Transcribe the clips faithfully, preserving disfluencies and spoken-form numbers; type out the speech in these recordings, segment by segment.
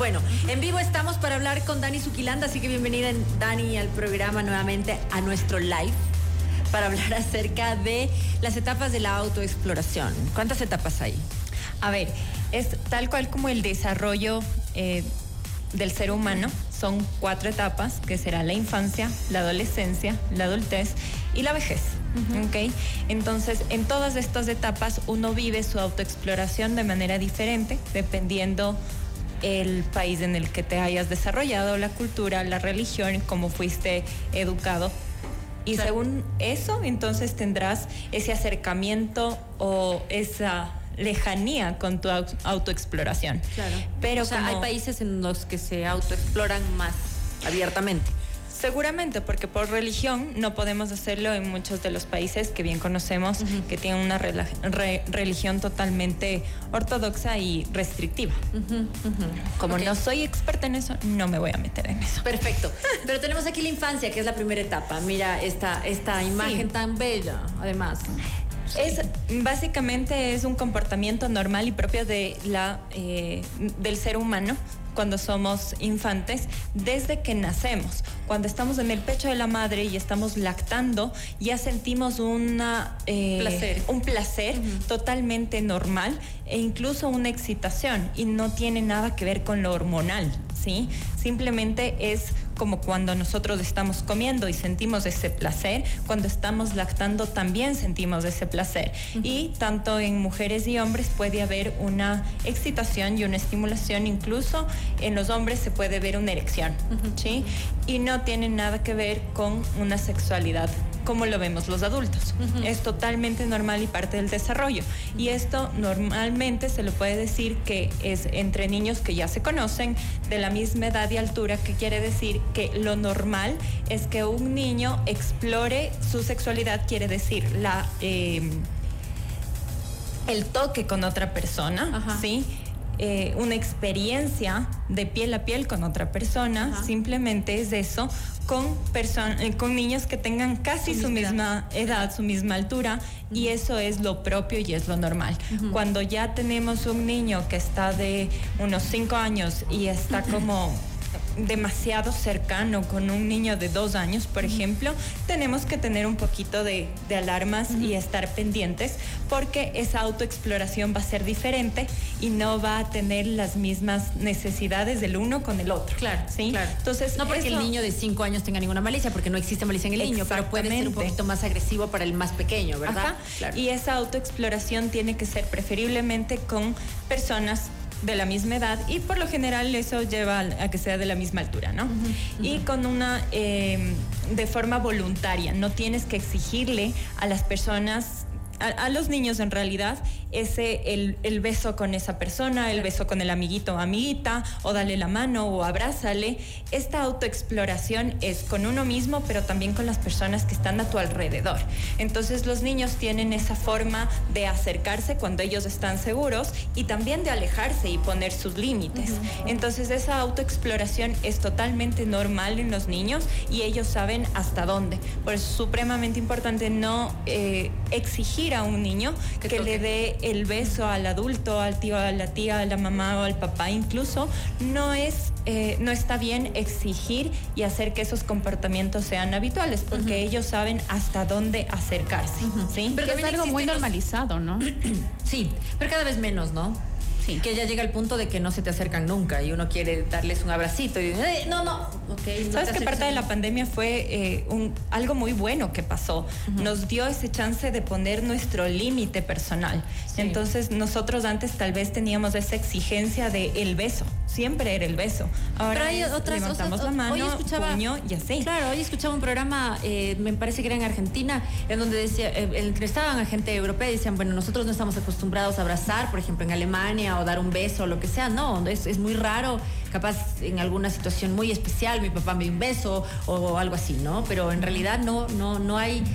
Bueno, en vivo estamos para hablar con Dani Zuquilanda, así que bienvenida Dani al programa nuevamente, a nuestro live, para hablar acerca de las etapas de la autoexploración. ¿Cuántas etapas hay? A ver, es tal cual como el desarrollo eh, del ser humano. Son cuatro etapas, que será la infancia, la adolescencia, la adultez y la vejez. Uh-huh. ¿Okay? Entonces, en todas estas etapas uno vive su autoexploración de manera diferente, dependiendo el país en el que te hayas desarrollado, la cultura, la religión, cómo fuiste educado. Y claro, según eso, entonces tendrás ese acercamiento o esa lejanía con tu autoexploración. Claro. Pero o sea, como... hay países en los que se autoexploran más abiertamente. Seguramente, porque por religión no podemos hacerlo en muchos de los países que bien conocemos, uh-huh, que tienen una re- re- religión totalmente ortodoxa y restrictiva. Uh-huh, uh-huh. Como okay, no soy experta en eso, no me voy a meter en eso. Perfecto. Pero tenemos aquí la infancia, que es la primera etapa. Mira esta, esta imagen, sí, tan bella, además. Es, básicamente es un comportamiento normal y propio de la, eh, del ser humano cuando somos infantes, desde que nacemos. Cuando estamos en el pecho de la madre y estamos lactando, ya sentimos una, eh, placer. un placer uh-huh, totalmente normal e incluso una excitación, y no tiene nada que ver con lo hormonal, ¿sí? Simplemente es como cuando nosotros estamos comiendo y sentimos ese placer, cuando estamos lactando también sentimos ese placer. Uh-huh. Y tanto en mujeres y hombres puede haber una excitación y una estimulación, incluso en los hombres se puede ver una erección, uh-huh, ¿sí? Y no tiene nada que ver con una sexualidad como lo vemos los adultos. Uh-huh. Es totalmente normal y parte del desarrollo. Uh-huh. Y esto normalmente se lo puede decir que es entre niños que ya se conocen, de la misma edad y altura, que quiere decir que lo normal es que un niño explore su sexualidad, quiere decir la eh, el toque con otra persona, uh-huh, ¿sí? Eh, una experiencia de piel a piel con otra persona. Ajá. Simplemente es eso, con, person- eh, con niños que tengan casi su, su misma edad, su misma altura, uh-huh, y eso es lo propio y es lo normal. Uh-huh. Cuando ya tenemos un niño que está de unos cinco años y está como demasiado cercano con un niño de dos años, por uh-huh, ejemplo, tenemos que tener un poquito de, de alarmas, uh-huh, y estar pendientes, porque esa autoexploración va a ser diferente y no va a tener las mismas necesidades del uno con el otro. Claro, ¿sí? Claro. Entonces, no porque eso... el niño de cinco años tenga ninguna malicia, porque no existe malicia en el niño, pero puede ser un poquito más agresivo para el más pequeño, ¿verdad? Ajá. Claro. Y esa autoexploración tiene que ser preferiblemente con personas de la misma edad, y por lo general eso lleva a que sea de la misma altura, ¿no? Uh-huh, uh-huh. Y con una, eh, de forma voluntaria, no tienes que exigirle a las personas, a, a los niños en realidad, ese, el, el beso con esa persona, el beso con el amiguito o amiguita, o dale la mano o abrázale. Esta autoexploración es con uno mismo, pero también con las personas que están a tu alrededor. Entonces los niños tienen esa forma de acercarse cuando ellos están seguros, y también de alejarse y poner sus límites. Uh-huh. Entonces esa autoexploración es totalmente normal en los niños, y ellos saben hasta dónde. Por eso es supremamente importante no eh, exigir a un niño que, que le dé el beso al adulto, al tío, a la tía, a la mamá o al papá. Incluso no es, eh, no está bien exigir y hacer que esos comportamientos sean habituales, porque uh-huh, ellos saben hasta dónde acercarse. Uh-huh. ¿Sí? Pero es algo muy normalizado, ¿no? Sí, pero cada vez menos, ¿no? Sí. Que ya llega el punto de que no se te acercan nunca y uno quiere darles un abracito y eh, no, no, okay, no. ¿Sabes qué parte de la pandemia fue eh, un, algo muy bueno que pasó? Uh-huh. Nos dio ese chance de poner nuestro límite personal. Sí. Entonces nosotros antes tal vez teníamos esa exigencia de el beso, siempre era el beso. Ahora pero hay otras, levantamos otras, la mano, escuchaba, puño y así. Claro, hoy escuchaba un programa, eh, me parece que era en Argentina, en donde decía, eh, entrevistaban a gente europea y decían, bueno, nosotros no estamos acostumbrados a abrazar, por ejemplo, en Alemania, o dar un beso o lo que sea. No, es, es muy raro, capaz en alguna situación muy especial mi papá me dio un beso o algo así, ¿no? Pero en realidad no, no, no hay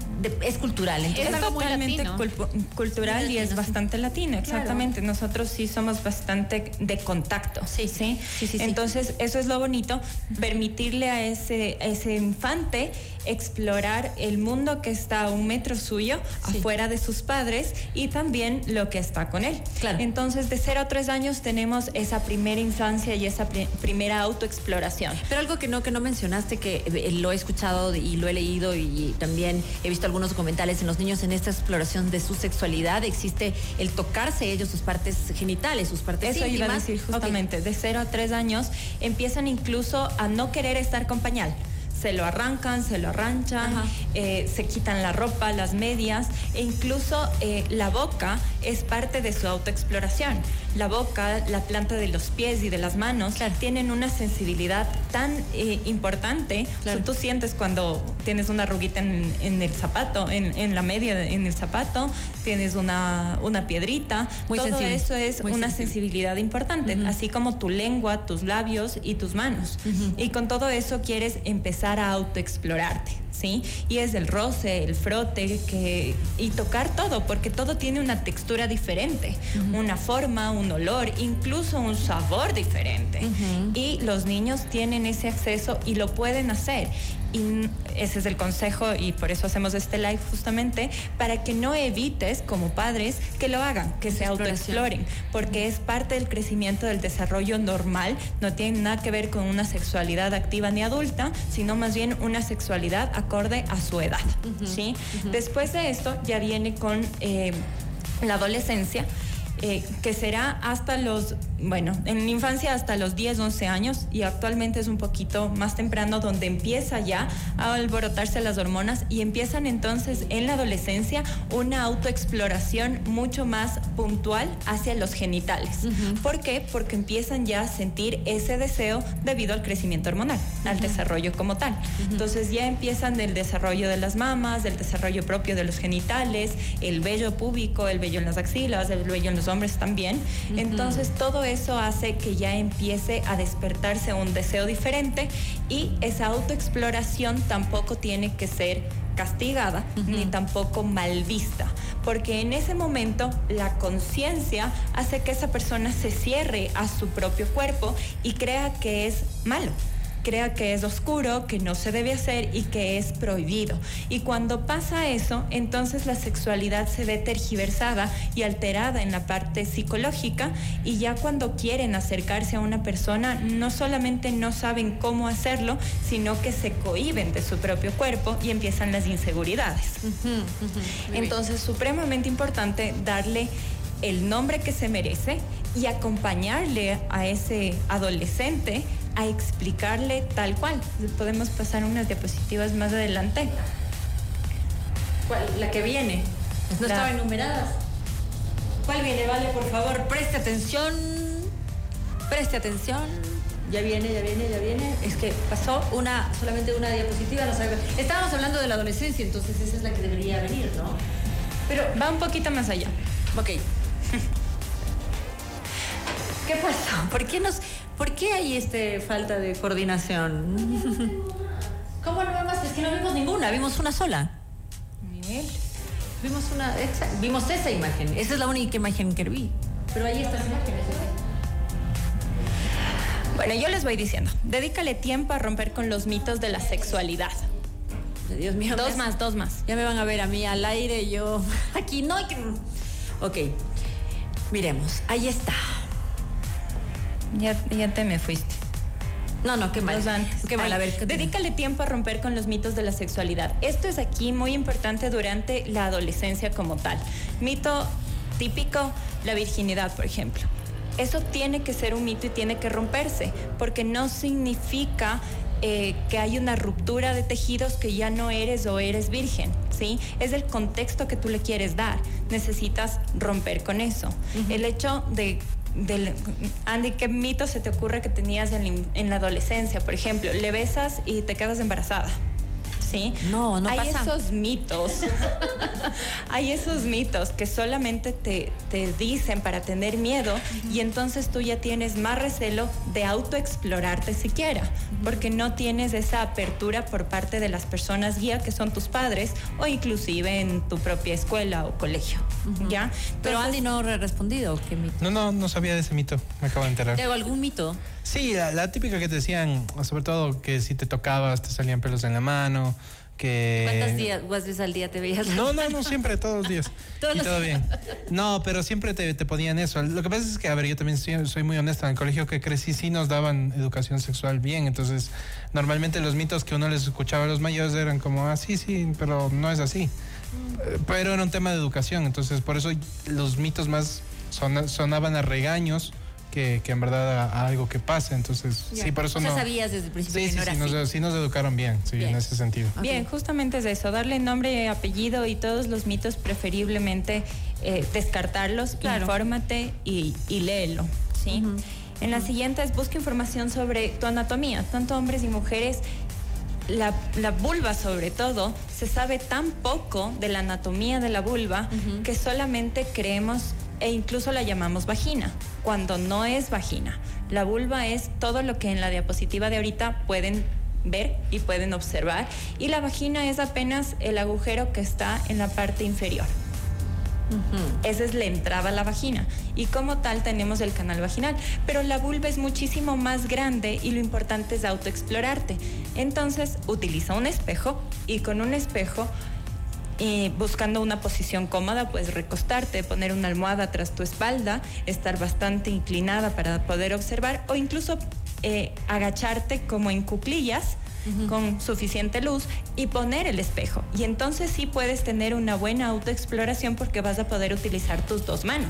de, es cultural. Entonces, Es, es algo muy totalmente latino. culp- cultural Muy y es latino, sí. bastante latino, exactamente. Claro. Nosotros sí somos bastante de contacto. Sí, sí, sí, sí, sí. Entonces, eso es lo bonito, permitirle a ese, a ese infante explorar el mundo que está a un metro suyo, Sí. afuera de sus padres, y también lo que está con él. Claro. Entonces, de cero a tres años tenemos esa primera infancia y esa pri- primera autoexploración. Pero algo que no que no mencionaste, que eh, lo he escuchado y lo he leído y también he visto algunos documentales en los niños en esta exploración de su sexualidad, existe el tocarse ellos sus partes genitales, sus partes Eso íntimas. iba a decir justamente, de cero a tres años empiezan incluso a no querer estar con pañal. Se lo arrancan, se lo arranchan, eh, se quitan la ropa, las medias, e incluso eh, la boca es parte de su autoexploración. La boca, la planta de los pies y de las manos Claro. tienen una sensibilidad tan eh, importante. Claro. O sea, tú sientes cuando tienes una arruguita en, en el zapato, en, en la media, en el zapato, tienes una, una piedrita. Muy Todo sensible, eso es muy una sensible. sensibilidad importante, Ujú. así como tu lengua, tus labios y tus manos. Ujú. Y con todo eso quieres empezar a autoexplorarte, ¿sí? Y es el roce, el frote, que, y tocar todo, porque todo tiene una textura diferente, Ujú. una forma, un olor, incluso un sabor diferente. Ujú. Y los niños tienen ese acceso y lo pueden hacer. Y ese es el consejo, y por eso hacemos este live justamente, para que no evites como padres que lo hagan, que se Exploración. autoexploren, porque es parte del crecimiento, del desarrollo normal, no tiene nada que ver con una sexualidad activa ni adulta, sino más bien una sexualidad acorde a su edad, Ujú, ¿sí? ujú. Después de esto ya viene con eh, la adolescencia, eh, que será hasta los, bueno, en la infancia hasta los diez, once años, y actualmente es un poquito más temprano donde empieza ya a alborotarse las hormonas y empiezan entonces en la adolescencia una autoexploración mucho más puntual hacia los genitales. Ujú. ¿Por qué? Porque empiezan ya a sentir ese deseo debido al crecimiento hormonal, al desarrollo como tal. Entonces ya empiezan el desarrollo de las mamas, el desarrollo propio de los genitales, el vello púbico, el vello en las axilas, el vello en los hombres también. Ujú. Entonces todo eso hace que ya empiece a despertarse un deseo diferente, y esa autoexploración tampoco tiene que ser castigada, Ujú. ni tampoco mal vista, porque en ese momento la conciencia hace que esa persona se cierre a su propio cuerpo y crea que es malo, crea que es oscuro, que no se debe hacer y que es prohibido. Y cuando pasa eso, entonces la sexualidad se ve tergiversada y alterada en la parte psicológica, y ya cuando quieren acercarse a una persona, no solamente no saben cómo hacerlo, sino que se cohíben de su propio cuerpo y empiezan las inseguridades. Ujú, ujú. Muy bien. Entonces, supremamente importante darle el nombre que se merece y acompañarle a ese adolescente a explicarle tal cual. Podemos pasar unas diapositivas más adelante. ¿Cuál? La que viene. No La- estaban numeradas. ¿Cuál viene? Vale, por favor, preste atención. Preste atención. Ya viene, ya viene, ya viene. Es que pasó una, solamente una diapositiva. No sabe. Estábamos hablando de la adolescencia, entonces esa es la que debería venir, ¿no? Pero va un poquito más allá. Ok. ¿Qué pasó? ¿Por qué nos, por qué hay este falta de coordinación? ¿Cómo no más? Es que no vimos ninguna, vimos una sola. Vimos una, exa- vimos esa imagen. Esa es la única imagen que vi. Pero ahí estas imágenes. Bueno, yo les voy diciendo, dedícale tiempo a romper con los mitos de la sexualidad. Dios mío. Dos me- más, dos más. Ya me van a ver a mí al aire y yo aquí no. hay que- Ok. Miremos. Ahí está. Ya, ya te me fuiste. No, no, qué mal. Dos antes. Qué mal. A Ay, ver. continúa. dedícale tiempo a romper con los mitos de la sexualidad. Esto es aquí muy importante durante la adolescencia como tal. Mito típico, la virginidad, por ejemplo. Eso tiene que ser un mito y tiene que romperse, porque no significa eh, que hay una ruptura de tejidos, que ya no eres o eres virgen, ¿sí? Es el contexto que tú le quieres dar. Necesitas romper con eso. Ujú. El hecho de... Del, Andy, ¿qué mito se te ocurre que tenías en, la in- en la adolescencia? Por ejemplo, le besas y te quedas embarazada. ¿Sí? ¿sí? No, no Hay pasa. esos mitos. Hay esos mitos que solamente te, te dicen para tener miedo, uh-huh. y entonces tú ya tienes más recelo de autoexplorarte siquiera, uh-huh. porque no tienes esa apertura por parte de las personas guía que son tus padres o inclusive en tu propia escuela o colegio, uh-huh. ¿ya? Entonces, pero Andy no ha respondido. ¿Qué mito? No, no, no sabía de ese mito, me acabo de enterar. ¿Tengo algún mito? Sí, la, la típica que te decían, sobre todo que si te tocabas te salían pelos en la mano, que... ¿Cuántos días, cuántas veces al día te veías? No, no, no, siempre, todos los días. Todos y los... todo bien. No, pero siempre te, te ponían eso. Lo que pasa es que, a ver, yo también soy, soy muy honesta. En el colegio que crecí sí nos daban educación sexual bien. Entonces, normalmente los mitos que uno les escuchaba a los mayores eran como, ah, sí, sí, pero no es así. Mm. Pero era un tema de educación. Entonces, por eso los mitos más son, sonaban a regaños que, que en verdad a, a algo que pasa. Entonces, ya. sí, por eso o sea, no... sabías desde el principio sí, que sí, no era sí, así. Nos, sí nos educaron bien, sí, bien. En ese sentido. Okay. Bien, justamente es eso, darle nombre, apellido y todos los mitos preferiblemente eh, descartarlos, claro. Infórmate y, y léelo, ¿sí? Uh-huh. En uh-huh. la siguiente es busca información sobre tu anatomía, tanto hombres y mujeres. La, la vulva, sobre todo, se sabe tan poco de la anatomía de la vulva, uh-huh. que solamente creemos e incluso la llamamos vagina, cuando no es vagina. La vulva es todo lo que en la diapositiva de ahorita pueden ver y pueden observar, y la vagina es apenas el agujero que está en la parte inferior. Uh-huh. Esa es la entrada a la vagina, y como tal tenemos el canal vaginal, pero la vulva es muchísimo más grande y lo importante es autoexplorarte. Entonces utiliza un espejo, y con un espejo, y buscando una posición cómoda, puedes recostarte, poner una almohada tras tu espalda, estar bastante inclinada para poder observar, o incluso eh, agacharte como en cuclillas, uh-huh. con suficiente luz, y poner el espejo. Y entonces sí puedes tener una buena autoexploración porque vas a poder utilizar tus dos manos.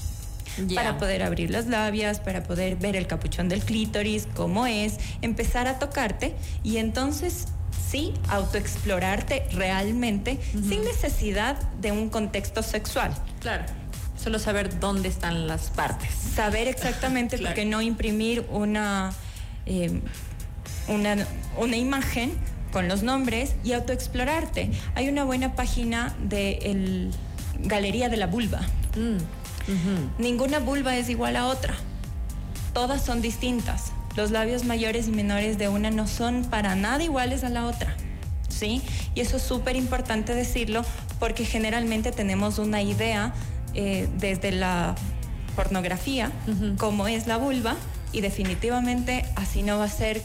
Yeah. Para poder abrir las labias, para poder ver el capuchón del clítoris, cómo es, empezar a tocarte, y entonces sí, autoexplorarte realmente, uh-huh. sin necesidad de un contexto sexual. Claro. Solo saber dónde están las partes. Saber exactamente, claro. Porque no imprimir una, eh, una, una imagen con los nombres y autoexplorarte. Hay una buena página de el Galería de la Vulva. Mm. Uh-huh. Ninguna vulva es igual a otra. Todas son distintas. Los labios mayores y menores de una no son para nada iguales a la otra, ¿sí? Y eso es súper importante decirlo porque generalmente tenemos una idea eh, desde la pornografía, uh-huh. cómo es la vulva, y definitivamente así no va a ser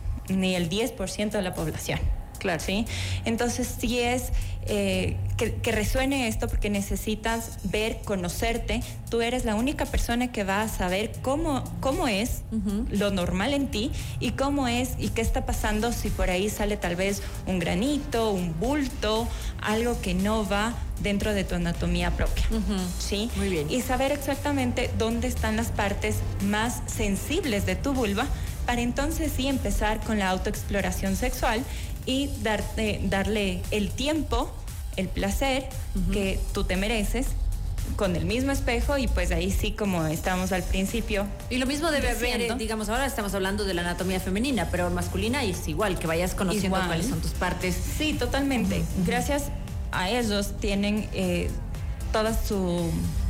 ni el diez por ciento de la población. Claro. ¿Sí? Entonces sí es eh, que, que resuene esto porque necesitas ver, conocerte. Tú eres la única persona que va a saber cómo, cómo es uh-huh. lo normal en ti y cómo es y qué está pasando si por ahí sale tal vez un granito, un bulto, algo que no va dentro de tu anatomía propia. Uh-huh. ¿Sí? Muy bien. Y saber exactamente dónde están las partes más sensibles de tu vulva para entonces sí empezar con la autoexploración sexual y darte, darle el tiempo, el placer uh-huh. que tú te mereces con el mismo espejo, y pues ahí sí, como estábamos al principio. Y lo mismo debe haber, digamos, ahora estamos hablando de la anatomía femenina, pero masculina es igual, que vayas conociendo igual. Cuáles son tus partes. Sí, totalmente. Uh-huh. Gracias a ellos tienen eh, toda su...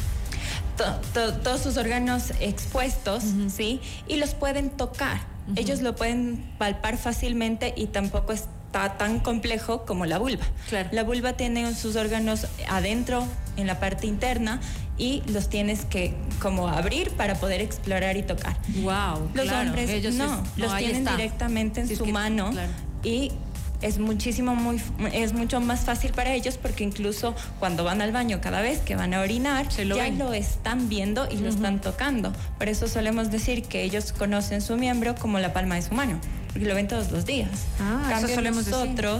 To, to, todos sus órganos expuestos, uh-huh. ¿sí? Y los pueden tocar. Uh-huh. Ellos lo pueden palpar fácilmente y tampoco está tan complejo como la vulva. Claro. La vulva tiene sus órganos adentro, en la parte interna, y los tienes que como abrir para poder explorar y tocar. Wow. Los claro. hombres Ellos no, es, los no, tienen está. directamente en sí, su es que, mano, claro. y es muchísimo muy es mucho más fácil para ellos porque incluso cuando van al baño, cada vez que van a orinar, lo ya ven. Lo están viendo y uh-huh. lo están tocando. Por eso solemos decir que ellos conocen su miembro como la palma de su mano, porque lo ven todos los días. Ah, Cambio eso solemos nosotros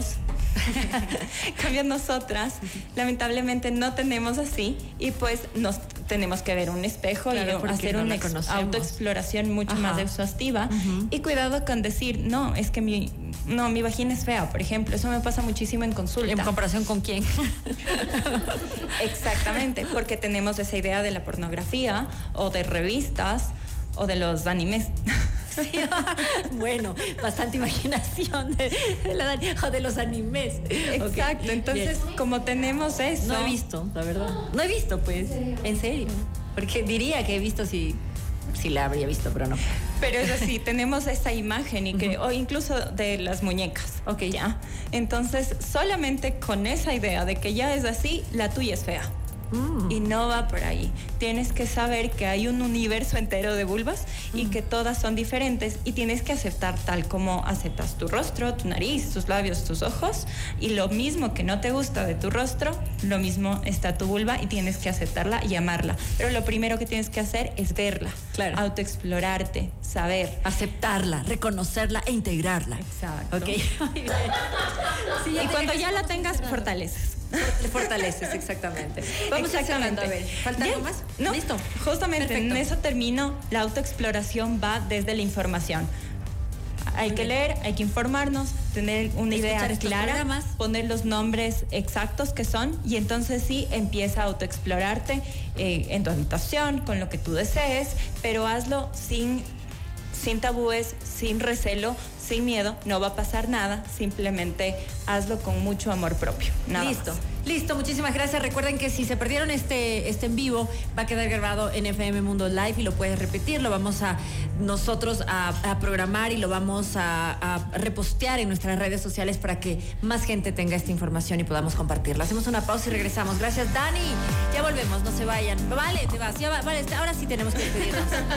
cambio nosotras lamentablemente no tenemos así, y pues nos tenemos que ver un espejo, claro, y hacer no una ex- autoexploración mucho Ajá. más exhaustiva. Uh-huh. Y cuidado con decir, no, es que mi no, mi vagina es fea, por ejemplo. Eso me pasa muchísimo en consulta. ¿En comparación con quién? Exactamente, porque tenemos esa idea de la pornografía o de revistas o de los animes. Sí, bueno, bastante imaginación de, de la Dani, o de los animes. Exacto, Okay. entonces Bien. como tenemos eso... No he visto, la verdad. No he visto, pues. En serio. Porque diría que he visto si, si la habría visto, pero no. Pero es así, tenemos esa imagen y que, o incluso de las muñecas, Ok. ¿ya? Entonces, solamente con esa idea de que ya es así, la tuya es fea. Mm. Y no va por ahí. Tienes que saber que hay un universo entero de vulvas y que todas son diferentes y tienes que aceptar tal como aceptas tu rostro, tu nariz, tus labios, tus ojos, y lo mismo que no te gusta de tu rostro, lo mismo está tu vulva y tienes que aceptarla y amarla. Pero lo primero que tienes que hacer es verla, Claro. autoexplorarte, saber. Aceptarla, reconocerla e integrarla. Exacto. Ok. Muy bien. Sí, Y te cuando dejas ya la emocionada. tengas, fortaleces. Te fortaleces, exactamente. Vamos a Exactamente. a ver, ¿falta Bien. algo más? No, Listo. Justamente Perfecto. en eso termino. La autoexploración va desde la información. Hay que leer, hay que informarnos, tener una Escuchar idea estos clara, programas. poner los nombres exactos que son y entonces sí empieza a autoexplorarte eh, en tu habitación, con lo que tú desees, pero hazlo sin, sin tabúes, sin recelo, sin miedo, no va a pasar nada, simplemente hazlo con mucho amor propio. Nada Listo. más. Listo, muchísimas gracias. Recuerden que si se perdieron este, este en vivo, va a quedar grabado en F M Mundo Live y lo puedes repetir. Lo vamos a nosotros a, a programar y lo vamos a, a repostear en nuestras redes sociales para que más gente tenga esta información y podamos compartirla. Hacemos una pausa y regresamos. Gracias, Dani. Ya volvemos, no se vayan. Vale, te vas. Ya va, vale, ahora sí tenemos que despedirnos.